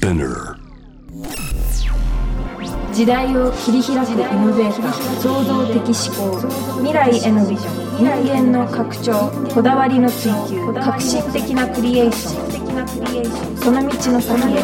Spinner。 時代を切り開くイノベーター、創造的思考、未来へのビジョン、人間の拡張、こだわりの追求、革新的なクリエーション、その道の先へ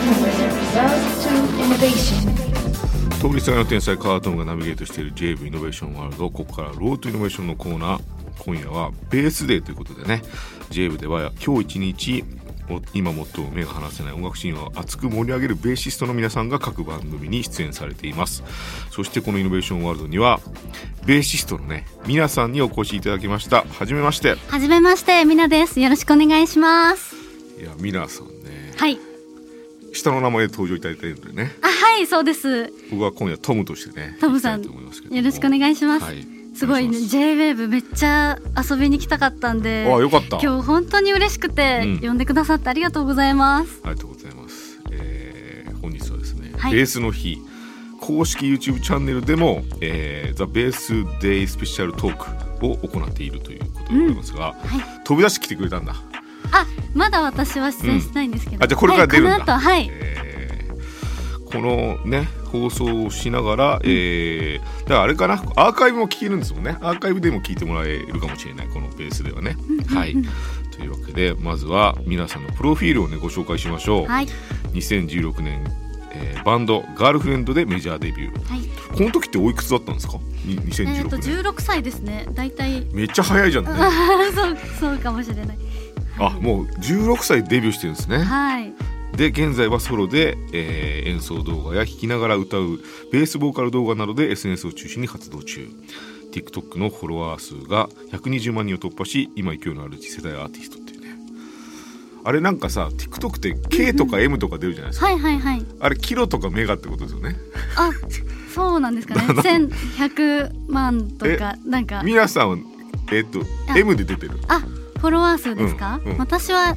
Love to Innovation。 通りすがりの天才カートンがナビゲートしている JAVE イノベーションワールド。ここからロートイノベーションのコーナー。今夜はベースデーということでね、 JAVE では今日一日今最も目が離せない音楽シーンを熱く盛り上げるベーシストの皆さんが各番組に出演されています。そしてこのイノベーションワールドにはベーシストのね皆さんにお越しいただきました。はじめまして。 はじめまして、みなです。よろしくお願いします。 いや、みなさんね、 はい、 下の名前で登場いただいているのでね。 あ、はい、そうです。 僕は今夜トムとしてね、 トムさんよろしくお願いします。はい、すごいね、J-WAVE めっちゃ遊びに来たかったんで、 あ、よかった。 今日本当に嬉しくて、呼んでくださってありがとうございます。 ありがとうございます。本日はですね、 はい、 ベースの日公式 YouTube チャンネルでも、The Bass Day スペシャルトークを行っているということでございますが、はい、飛び出してきてくれたんだ。 あ、まだ私は出演してないんですけど、 あ、じゃあこれから出るんだ。 はい、この後、はい、 このね放送をしながら、だからあれかな、アーカイブも聞けるんですもんね。アーカイブでも聞いてもらえるかもしれない、このベースではね。はい、というわけでまずは皆さんのプロフィールをねご紹介しましょう。 はい、 2016年、バンドガールフレンドでメジャーデビュー。はい、この時っておいくつだったんですか？2016年。 16歳ですね。だいたいめっちゃ早いじゃんね。 そうかもしれない。 あ、もう16歳でデビューしてるんですね。 はい。 で現在はソロで、演奏動画や弾きながら歌うベースボーカル動画などで SNS を中心に活動中。 TikTok のフォロワー数が120万人を突破し、今勢いのある次世代アーティストっていうね。あれなんかさ TikTok って K とか M とか出るじゃないですか。 はいはいはい。あれキロとかメガってことですよね。 あ、そうなんですかね。1100万とかなんか。 皆さんはM で出てる。 あ、フォロワー数ですか？私は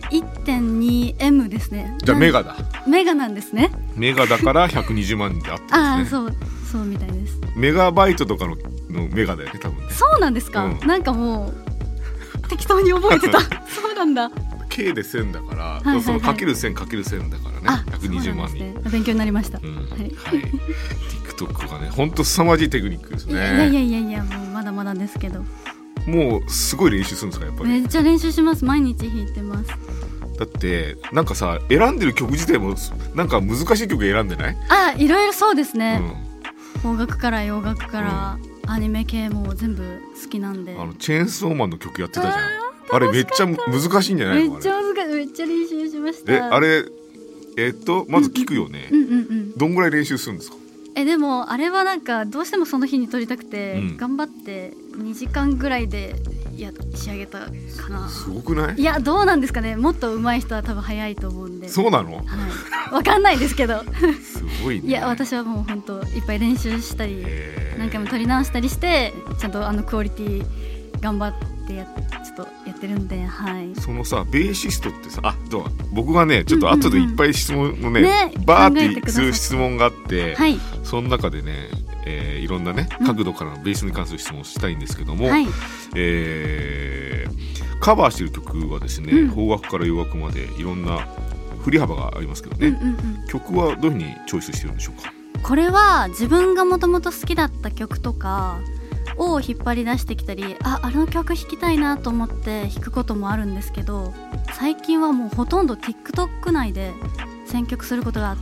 1.2M ですね。 じゃあメガだ。 メガなんですね。 メガだから120万人であってですね。 あ、そうみたいです。 メガバイトとかのメガだよね、多分ね。 そうなんですか？なんかもう適当に覚えてた。そうなんだ。 K で1000だから、はいはいはい、そのかける1000かける1000だからね、120万人、 ね、勉強になりました。 はい、TikTok がね本当凄まじいテクニックですね。 いやもうまだまだですけど。 もうすごい練習するんですか？やっぱりめっちゃ練習します。毎日弾いてます。 だってなんかさ、選んでる曲自体もなんか難しい曲選んでない？ あ、いろいろそうですね、邦楽から洋楽から、アニメ系も全部好きなんで。 チェーンソーマンの曲やってたじゃん。あれめっちゃ難しいんじゃないの？ めっちゃ難しい。めっちゃ練習しました。 あれまず聞くよね。どんぐらい練習するんですか？ でもあれはなんかどうしてもその日に撮りたくて、頑張って2時間ぐらいで仕上げたかな。 すごくない？ いや、どうなんですかね。もっと上手い人は多分早いと思うんで。 そうなの？はい、 分かんないですけど。 すごいね。 いや、私はもう本当いっぱい練習したり何回も撮り直したりしてちゃんとクオリティ頑張ってちょっとやってるんで、はい。そのさベーシストってさ、僕がねちょっと後でいっぱい質問をね、バーってする質問があって、はい、その中でね、いろんなね角度からのベースに関する質問をしたいんですけども、はい、カバーしてる曲はですね、邦楽から洋楽までいろんな振り幅がありますけどね、曲はどういうふうにチョイスしてるんでしょうか？ これは自分がもともと好きだった曲とかを引っ張り出してきたり、あの曲弾きたいなと思って弾くこともあるんですけど、最近はもうほとんど TikTok 内で選曲することがあって、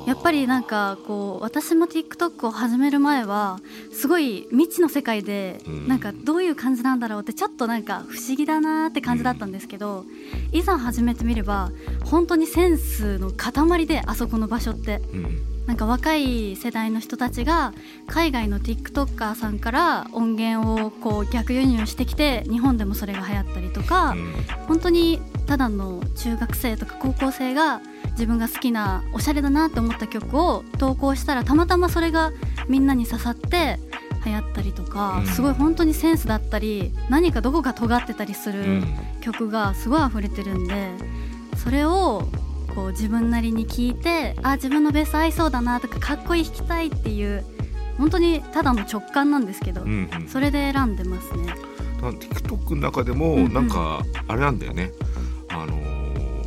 やっぱりなんかこう私も TikTok を始める前はすごい未知の世界で、なんかどういう感じなんだろうってちょっとなんか不思議だなって感じだったんですけど、いざ始めてみれば本当にセンスの塊で、あそこの場所って、なんか若い世代の人たちが海外の TikToker さんから音源をこう逆輸入してきて、日本でもそれが流行ったりとか、本当にただの中学生とか高校生が自分が好きなおしゃれだなって思った曲を投稿したら、たまたまそれがみんなに刺さって流行ったりとか、すごい本当にセンスだったり何かどこか尖ってたりする曲がすごい溢れてるんで、それをこう自分なりに聞いて、自分のベース合いそうだなとか、かっこいい弾きたいっていう本当にただの直感なんですけど、それで選んでますね。 TikTok の中でもなんかあれなんだよね、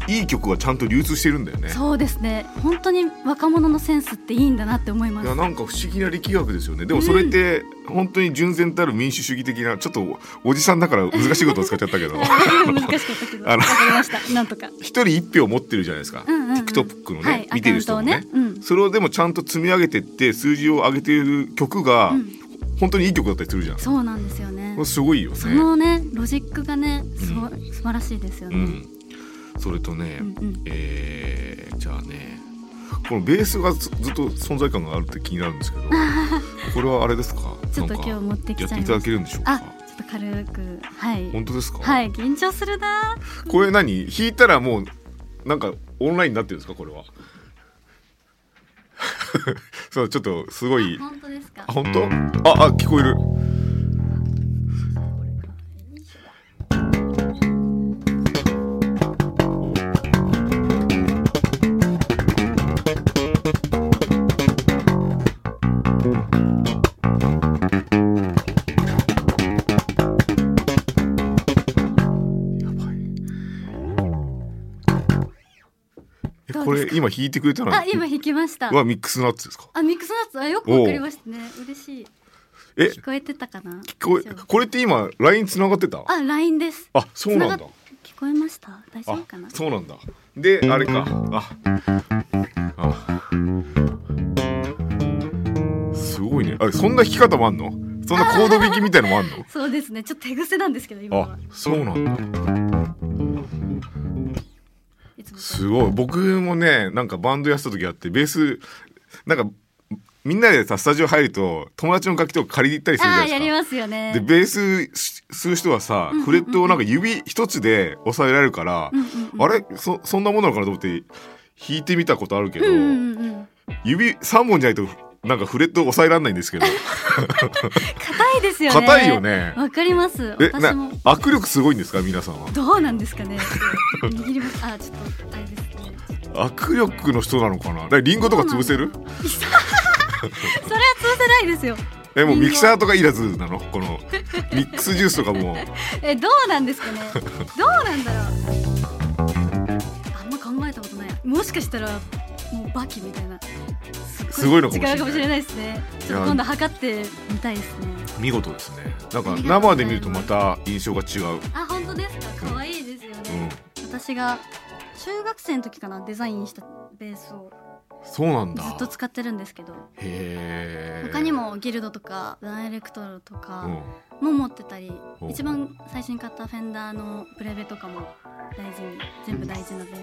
いい曲はちゃんと流通してるんだよね。 そうですね、本当に若者のセンスっていいんだなって思います。 いやなんか不思議な力学ですよね。でもそれって本当に純然たる民主主義的な、ちょっとおじさんだから難しいことを使っちゃったけど難しかったけどわかりました。なんとか一人一票持ってるじゃないですか、TikTok のね、 はい、 見てる人もね、 アカウントをね、 それをでもちゃんと積み上げてって数字を上げている曲が、本当にいい曲だったりするじゃん。 そうなんですよね。 これすごいよね。 そのねロジックがね素晴らしいですよね。 それとね、じゃあね、このベースがずっと存在感があるって気になるんですけどこれはあれですか、 ちょっと今日持ってきちゃいました。 やっていただけるんでしょうか。 ちょっと軽く、はい。 本当ですか。 はい、緊張するな。 これ何弾いたらもうなんかオンラインになってるんですか、これはそうちょっとすごい。 本当ですか。 本当？聞こえる。これ今弾いてくれたの？ 今弾きました。 はミックスナッツですか？ ミックスナッツ、よくわかりましたね。嬉しい。聞こえてたかな？ これって今 LINE つながってた ？LINE です。 そうなんだ。 聞こえました？大丈夫かな？ そうなんだ。であれか、すごいね。そんな弾き方もあんの？そんなコード弾きみたいのもあんの？ そうですね、ちょっと手癖なんですけど今は。 そうなんだ。すごい。僕もね、なんかバンドやってた時あって、ベースなんかみんなでさスタジオ入ると友達の楽器とか借りに行ったりするじゃないですか。 やりますよね。 でベースする人はさ、フレットをなんか指一つで押さえられるから、あれ そんなものなのかなと思って弾いてみたことあるけど、指3本じゃないとなんかフレット押さえられないんですけど硬いですよね。 硬いよね。 わかります。私も。 握力すごいんですか皆さんは？ どうなんですかね。握ります。ちょっとあれですね。 握力の人なのかな。だからリンゴとか潰せる？ それは潰せないですよ。 もうミキサーとかいらずなの？このミックスジュースとかもどうなんですかね。どうなんだろう。あんま考えたことない。もしかしたらもうバキみたいなすごいのかもしれない。 力かもしれないですね。ちょっと今度測ってみたいですね。 見事ですね。なんか生で見るとまた印象が違う。 本当ですか。可愛いですよね。私が中学生の時かな、デザインしたベースをそうなんだ。 ずっと使ってるんですけど、他にもギルドとかダイレクトロとかも持ってたり、一番最初に買ったフェンダーのプレベとかも全部大事なベースです。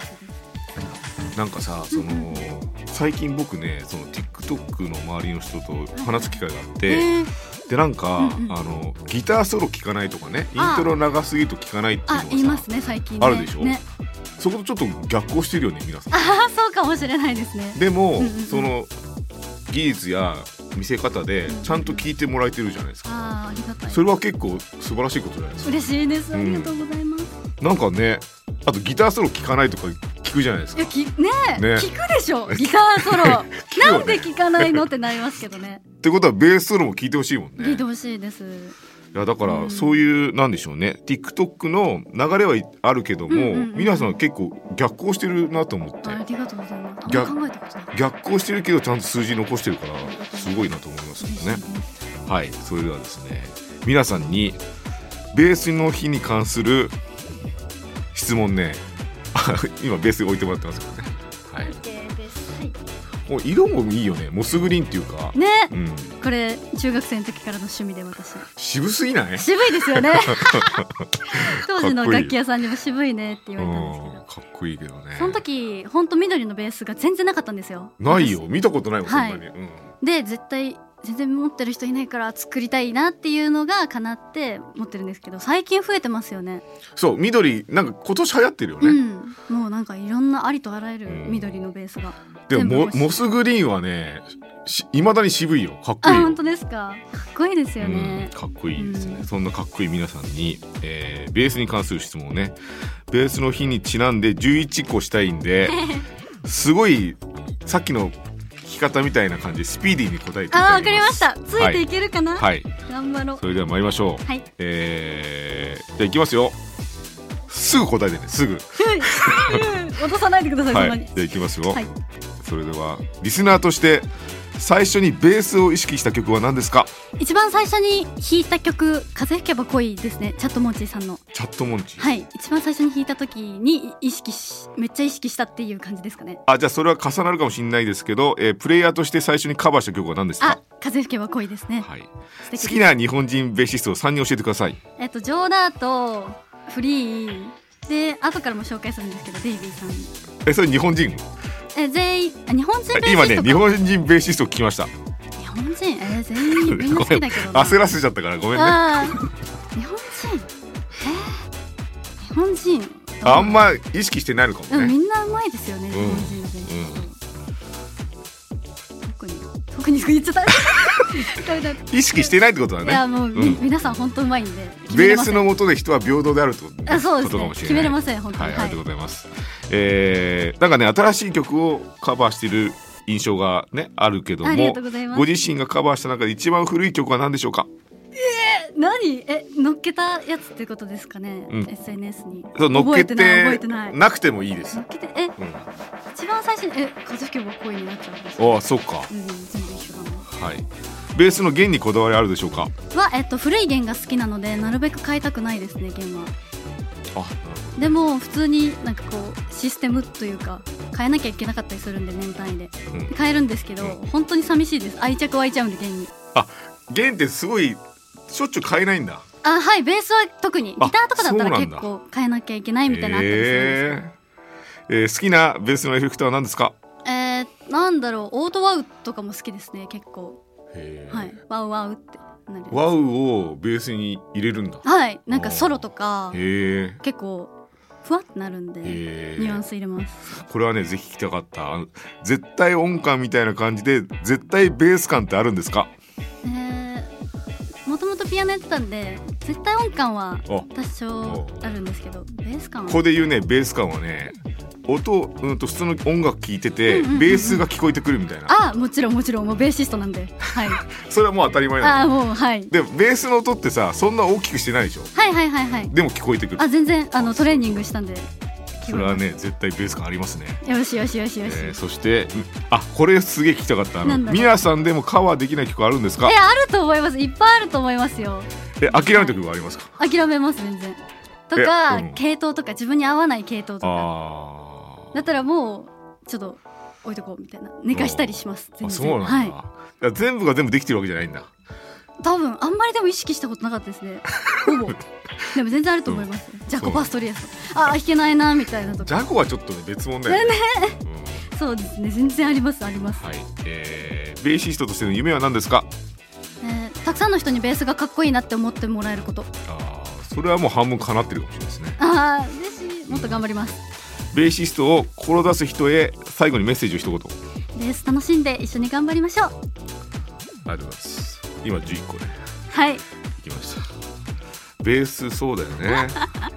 なんかさ、最近僕ね、その TikTok の周りの人と話す機会があって、でなんか、ギターソロ聴かないとかね、イントロ長すぎると聴かないっていうのがさ、 言いますね最近ね。 あるでしょ、そことちょっと逆行してるよね皆さん。 そうかもしれないですね。 でも、その技術や見せ方でちゃんと聴いてもらえてるじゃないですか。 ありがたい。 それは結構素晴らしいことじゃないですか。 嬉しいです。ありがとうございます。 なんかね、あとギターソロ聴かないとか聞くじゃないですか。 聞くでしょギターソロなんで聞かないのってなりますけどね。 ってことはベースソロも聴いてほしいもんね。 聞いてほしいです。 いやだからそういうなんでしょうね、TikTok の流れはあるけども、皆さん結構逆行してるなと思って。 ありがとうございます。考えたことない。 逆行してるけどちゃんと数字残してるからすごいなと思いますよね。はい、それではですね、皆さんにベースの日に関する質問ね今ベース置いてもらってますけどね。はい。もう色もいいよね。モスグリーンっていうかね、これ中学生の時からの趣味で私。 渋すぎない？ 渋いですよね当時の楽器屋さんにも渋いねって言われたんですけど、 かっこいいけどね。 その時本当緑のベースが全然なかったんですよ。 ないよ、見たことないもん、そんなに。 で絶対全然持ってる人いないから作りたいなっていうのが叶って持ってるんですけど、最近増えてますよね。そう緑なんか今年流行ってるよね。 もうなんかいろんなありとあらゆる緑のベースが。 でもモスグリーンはね、未だに渋いよ。かっこいいよ。 本当ですか。かっこいいですよね。 かっこいいですね。そんなかっこいい皆さんに、ベースに関する質問をね、ベースの日にちなんで11個したいんですごいさっきの聞き方みたいな感じでスピーディーに答えていただきます。 わかりました。ついていけるかな。 はい、 頑張ろう。 それでは参りましょう。 はい。 じゃあいきますよ。すぐ答えてね、すぐ落とさないでください、 はい、 そんなに。 じゃあいきますよ、 はい、 それではリスナーとして最初にベースを意識した曲は何ですか？ 一番最初に弾いた曲、風吹けば恋ですね。チャットモンチーさんの。 チャットモンチー。 はい、一番最初に弾いた時にめっちゃ意識したっていう感じですかね。 あ、じゃあそれは重なるかもしれないですけど、プレイヤーとして最初にカバーした曲は何ですか？ あ、風吹けば恋ですね。 はい、 素敵です。 好きな日本人ベーシストを3人教えてください。 ジョーダーとフリーで、後からも紹介するんですけど、デイビーさん。 それ日本人？ 全員日本人ベーシストか。 今ね、日本人ベーシストを聞きました。 日本人全員みんな好きだけどな。 焦らせちゃったからごめんね。 日本人あんま意識してないのかもね。 みんなうまいですよね、日本人ベーシスト。特に言っちゃった意識してないってことだね。 いやもう、皆さん本当うまいんで。 ベースの下で人は平等であるってこと、ね、 そうですね、 ことかもしれない。 決めれません本当に。 はい、ありがとうございます。なんかね、新しい曲をカバーしている印象がねあるけども、 ありがとうございます。 ご自身がカバーした中で一番古い曲は何でしょうか？ 何乗っけたやつってことですかね、SNS に。 そう、乗っけて覚えてない。 なくてもいいです。 乗っけて一番最初に風吹けば恋になっちゃうんですよ。 ああ、そっか。 全部一緒だな。 はい。ベースの弦にこだわりあるでしょうか？ 古い弦が好きなので、なるべく変えたくないですね、弦は。 あ、なるほど。 でも普通になんかこうシステムというか変えなきゃいけなかったりするんで、年単位で、変えるんですけど、本当に寂しいです。愛着湧いちゃうんで弦に。あ、 弦ってすごいしょっちゅう変えないんだ。 あ、はい、ベースは特に。ギターとかだったら結構変えなきゃいけないみたいなのあったりするんですよ。 好きなベースのエフェクターは何ですか？ なんだろう、オートワウとかも好きですね、結構。はい、ワウワウってなる。 ワウをベースに入れるんだ。 はい、なんかソロとか結構ふわってなるんで、ニュアンス入れます。 これはね、ぜひ聞きたかった。絶対音感みたいな感じで絶対ベース感ってあるんですか？ もともとピアノやってたんで、絶対音感は多少あるんですけど、ベース感は。 ここで言うね、ベース感はね、音、普通の音楽聴いてて、ベースが聞こえてくるみたいな。 あ、もちろんもうベーシストなんで、はい。 それはもう当たり前なの。 もう、はい。 でもベースの音ってさ、そんな大きくしてないでしょ。 はい。 でも聞こえてくる。 全然トレーニングしたんで。 それはね、絶対ベース感ありますね。 よし。 そしてこれすげえ聞きたかった。皆さんでもカバーできない曲あるんですか？ あると思います。いっぱいあると思いますよ。 諦めた曲はありますか？ 諦めます、全然。とか、系統とか自分に合わない系統とかだったらもうちょっと置いとこうみたいな、寝かしたりします。全然。 そうなんだ。全部が全部できてるわけじゃないんだ。 多分あんまりでも意識したことなかったですね。ほぼ。でも全然あると思います。ジャコ・パストリアス。弾けないなみたいなとか。 ジャコはちょっとね、別物だよね。 そうですね、全然あります。 はい。ベーシストとしての夢は何ですか？ たくさんの人にベースがかっこいいなって思ってもらえること。 それはもう半分叶ってるかもしれないですね。 嬉しい。もっと頑張ります。 ベーシストを志す人へ最後にメッセージを一言。 ベース楽しんで一緒に頑張りましょう。 ありがとうございます。今11個ね。 はい。 いきました。ベースそうだよね。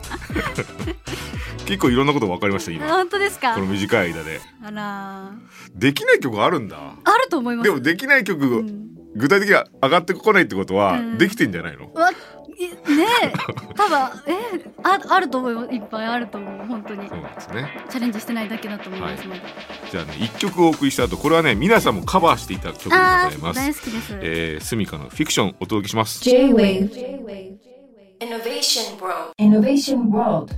結構いろんなこと分かりました今。 本当ですか？ この短い間で。 あら。 できない曲あるんだ。 あると思います。 でもできない曲、具体的には上がってこないってことは、できてんじゃないの？ ねえ、多分あると思います。いっぱいあると思う、本当に。 そうなんですね。 チャレンジしてないだけだと思います。 じゃあね、1曲お送りした後、これはね、皆さんもカバーしていた曲でございます。 大好きです。 スミカのフィクションお届けします。 J-Wave Innovation World。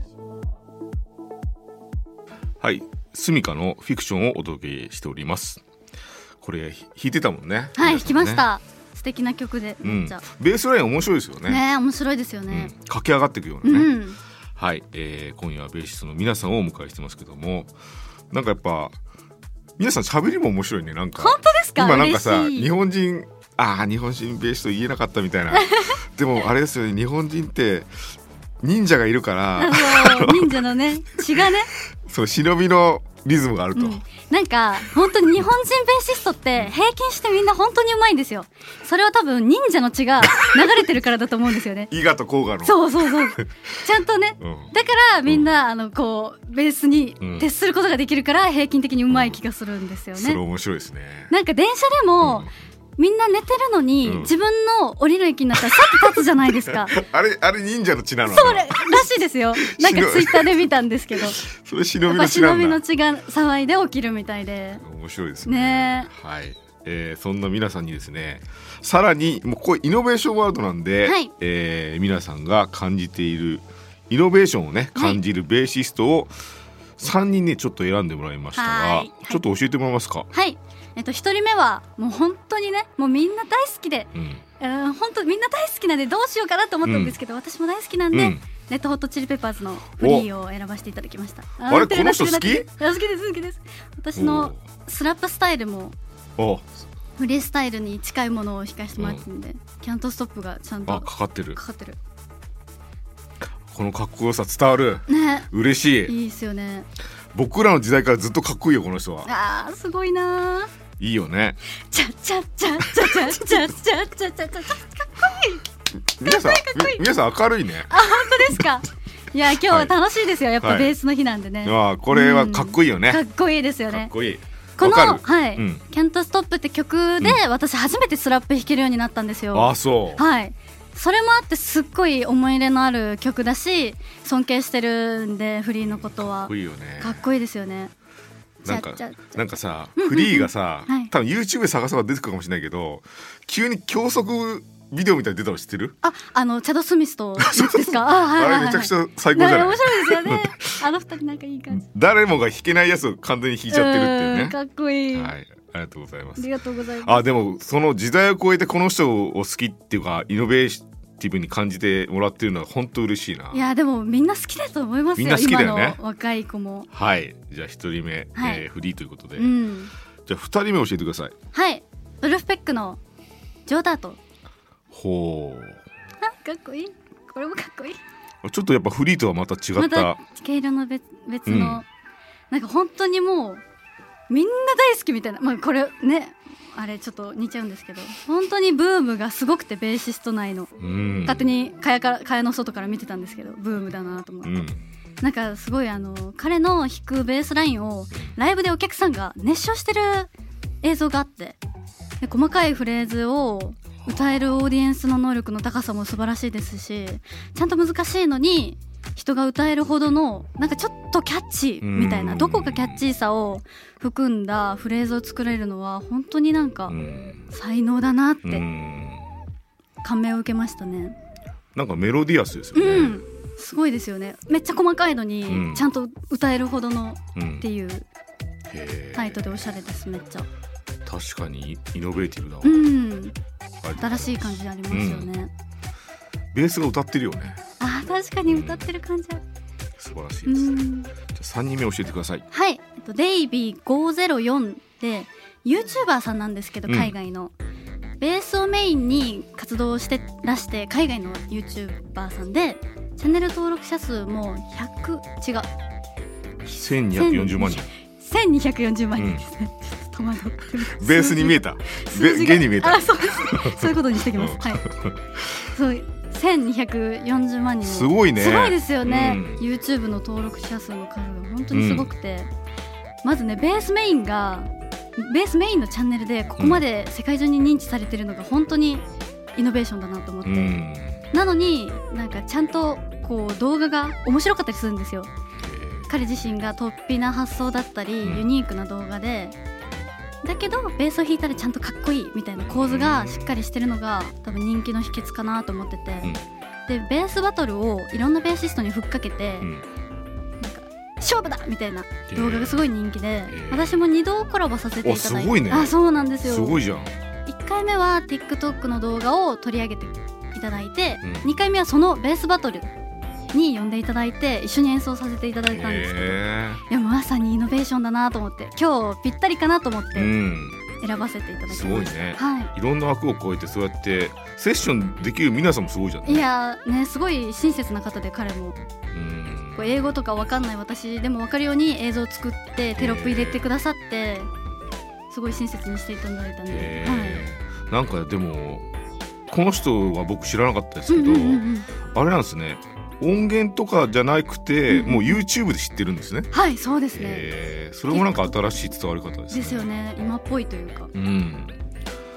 はい、スミカのフィクションをお届けしております。これ弾いてたもんね。 はい、弾きました。素敵な曲で、めっちゃベースライン面白いですよね。 ね、面白いですよね。 駆け上がっていくようなね。はい、今夜はベーシストの皆さんをお迎えしてますけども、なんかやっぱ皆さん喋りも面白いね。なんか本当ですか？ 今なんかさ、日本人ベーシスト言えなかったみたいな。でもあれですよね、日本人って忍者がいるから忍者のね、血がね、 そう、忍びのリズムがあると、 なんか本当に日本人ベーシストって平均してみんな本当にうまいんですよ。それは多分忍者の血が流れてるからだと思うんですよね。 伊賀と甲賀の。 そうちゃんとね、だからみんなこうベースに徹することができるから平均的にうまい気がするんですよね。 それ面白いですね。 なんか電車でも、 みんな寝てるのに、自分の降りる駅になったらさっと立つじゃないですかあれ忍者の血なの？ それらしいですよ。なんかツイッターで見たんですけどそれ忍びの血なんだ。 忍びの血が騒いで起きるみたいで面白いですね。はい、そんな皆さんにですね、さらにもうこれイノベーションワールドなんで、はい、皆さんが感じているイノベーションをね感じるベーシストを3人ねちょっと選んでもらいましたが、はい、ちょっと教えてもらえますか？ はい、1人目はもう本当にねもうみんな大好きで、本当みんな大好きなんでどうしようかなと思ったんですけど、私も大好きなんで、レッドホットチリペッパーズのフリーを選ばせていただきました。 あれこの人好き？好きです好きです。私のスラップスタイルもフリースタイルに近いものを弾かせてもらってるんで、キャントストップがちゃんとかかってる。このかっこよさ伝わる、ね、嬉しい。 いいですよね。 僕らの時代からずっとかっこいいよこの人は。 あーすごいな。 いいよね。 チャチャチャチャチャチャチャチャチャチャかっこいい。 皆さん明るいね。 あ本当ですか。いや今日は楽しいですよ、やっぱベースの日なんでね。 これはかっこいいよね。 かっこいいですよね。 かっこいい。 このはい、キャントストップって曲で私初めてスラップ弾けるようになったんですよ。 あそう。 はい。それもあってすっごい思い入れのある曲だし尊敬してるんでフリーのことは。 かっこいいよね。 かっこいいですよね。 なんかさ、フリーがさ、多分 YouTube で探せば出てくるかもしれないけど、急に教則ビデオみたいに出たの知ってる？チャド・スミスとですか？ あれめちゃくちゃ最高じゃない？ 面白いですよね。あの二人なんかいい感じ。 誰もが弾けないやつを完全に弾いちゃってるっていうね。 かっこいい。 はい、ありがとうございます。 ありがとうございます。 でもその時代を超えてこの人を好きっていうかイノベーティブに感じてもらってるのは本当嬉しいな。 いやでもみんな好きだと思いますよ。 みんな好きだよね。 今の若い子も。 はい。じゃあ1人目、フリーということで、じゃあ2人目教えてください。 はい。ブルフペックのジョーダート。 ほう。 かっこいい。これもかっこいい。 ちょっとやっぱフリーとはまた違った。 また毛色の別の、なんか本当にもうみんな大好きみたいな。これね。あれちょっと似ちゃうんですけど本当にブームがすごくてベーシスト内の勝手に蚊帳の外から見てたんですけどブームだなと思って、なんかすごい彼の弾くベースラインをライブでお客さんが熱唱してる映像があって、で細かいフレーズを歌えるオーディエンスの能力の高さも素晴らしいですし、ちゃんと難しいのに人が歌えるほどのなんかちょっとキャッチーみたいな、どこかキャッチーさを含んだフレーズを作れるのは本当になんか才能だなって感銘を受けましたね。 なんかメロディアスですよね。 すごいですよね。めっちゃ細かいのにちゃんと歌えるほどのっていうタイトでおしゃれです。めっちゃ確かにイノベーティブだわ。 新しい感じありますよね。 ベースが歌ってるよね。 確かに歌ってる感じある。 素晴らしいですね。じゃあ3人目教えてください。 はい、デイビー504で YouTuber さんなんですけど、海外のベースをメインに活動してらして海外の YouTuber さんでチャンネル登録者数も 1240万人 1240万人ですね。戸惑ってる。 ベースに見えた。弦に見えた。 そうです。そういうことにしておきます。はい。そう1240万人。 すごいね。 すごいですよね。YouTube の登録者数の数が本当にすごくて、まずねベースメインのチャンネルでここまで世界中に認知されてるのが本当にイノベーションだなと思って、なのになんかちゃんとこう動画が面白かったりするんですよ。彼自身が突飛な発想だったり、ユニークな動画でだけどベースを弾いたらちゃんとかっこいいみたいな構図がしっかりしてるのが多分人気の秘訣かなと思ってて、でベースバトルをいろんなベーシストにふっかけて、なんか勝負だみたいな動画がすごい人気で、私も2度コラボさせていただいて。 すごいね。 そうなんですよ。 すごいじゃん。 1回目は TikTok の動画を取り上げていただいて、2回目はそのベースバトルに呼んでいただいて一緒に演奏させていただいたんですけど、いやまさにイノベーションだなと思って今日ぴったりかなと思って選ばせていただきました。 すごいね。いろんな枠を超えてそうやってセッションできる皆さんもすごいじゃん。 いやねすごい親切な方で彼も。こう英語とか分かんない私でも分かるように映像を作ってテロップ入れてくださってすごい親切にしていただいたんで、 なんかでもこの人は僕知らなかったですけど、あれなんですね。音源とかじゃなくて、もう YouTube で知ってるんですね。 はい、そうですね。 それもなんか新しい伝わり方ですね。 ですよね。今っぽいというか。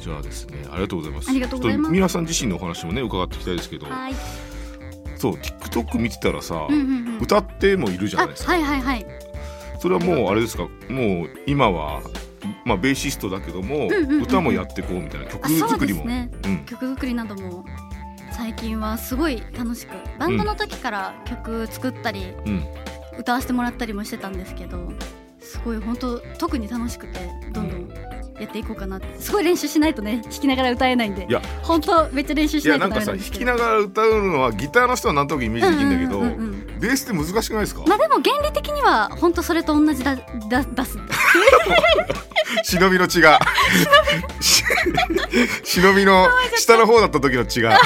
じゃあですね、ありがとうございます。 ありがとうございます。 ちょっと皆さん自身のお話もね伺っていきたいですけど、 はい、 そう TikTok 見てたらさ、 うんうんうん、 歌ってもいるじゃないですか。 はいはいはい。 それはもうあれですか、もう今はまあベーシストだけども、歌もやっていこうみたいな、曲作りも、 ね、曲作りなども最近はすごい楽しく、バンドの時から曲作ったり、歌わせてもらったりもしてたんですけど、すごい本当特に楽しくてどんどんやっていこうかなって。すごい練習しないとね、弾きながら歌えないんで、いや本当めっちゃ練習しないとダメなんですけど。 いやなんかさ、弾きながら歌うのはギターの人はなんとなくイメージできるんだけど、ベースって難しくないですか？ まあでも原理的には本当それと同じ出す忍びの血が忍びの下の方だった時の血が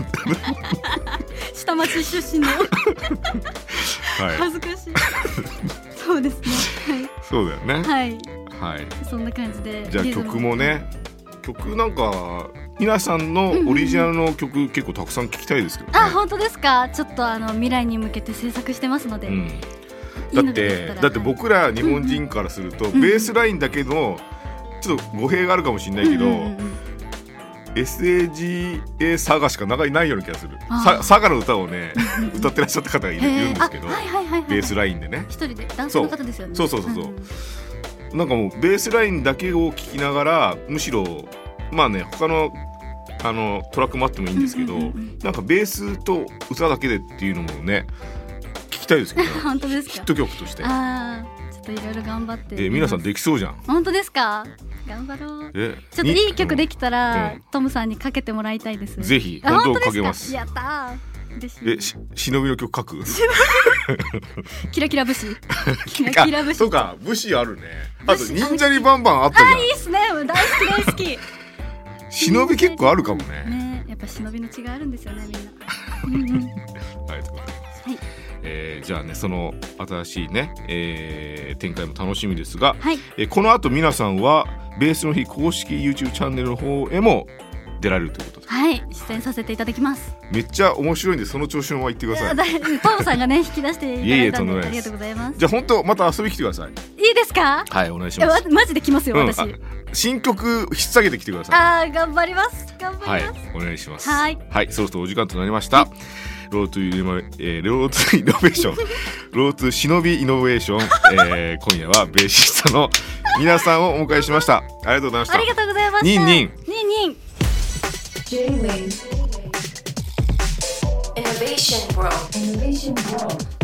下町出身の恥ずかしいそうですね、はい、 そうだよね、 はいはい、 そんな感じで。 じゃあ曲もね、曲なんか皆さんのオリジナルの曲、結構たくさん聴きたいですけどね。 あ、本当ですか？ちょっと未来に向けて制作してますので、 だって僕ら日本人からすると、ベースラインだけのちょっと語弊があるかもしれないけど、SAGA サガしか長いないような気がする。サガの歌をね歌ってらっしゃった方がいるんですけど、ベースラインでね、一人で男性の方ですよね。そうなんかもうベースラインだけを聴きながら、むしろまあね、他のトラックもあってもいいんですけど、なんかベースと歌だけでっていうのもね聞きたいですけどね本当ですか？ ヒット曲として。 あ、ちょっといろいろ頑張って。 皆さんできそうじゃん。本当ですか？頑張ろう。ちょっといい曲できたら、トムさんにかけてもらいたいです。 ぜひ本当かけます。 やったー。忍びの曲書く？ キラキラ武士。キラキラ武士。 そうか、武士あるね。あと忍者にバンバンあったじゃん。 いいっすね。大好き大好き。 忍び結構あるかもね。 ね、やっぱ忍びの血があるんですよね、みんな。 はい、ということで、はい、じゃあね、その新しいね、展開も楽しみですが、はい、この後皆さんはベースの日公式 YouTube チャンネルの方へも出られるということで、 はい、出演させていただきます。 めっちゃ面白いんで、その調子のまま言ってください。 トムさんがね引き出していただいたのでありがとうございます。 じゃあ本当また遊び来てください。 いいですか？ はい、お願いします。 マジで来ますよ、私。 新曲引っ提げてきてください。 頑張ります。頑張ります。 はい、お願いします。 はい、 そろそろお時間となりました。ロートゥイノベーションロートゥ忍びイノベーション、今夜はベーシストの皆さんをお迎えしました。ありがとうございました。 ありがとうございました。 ニンニン J-Wave Innovation World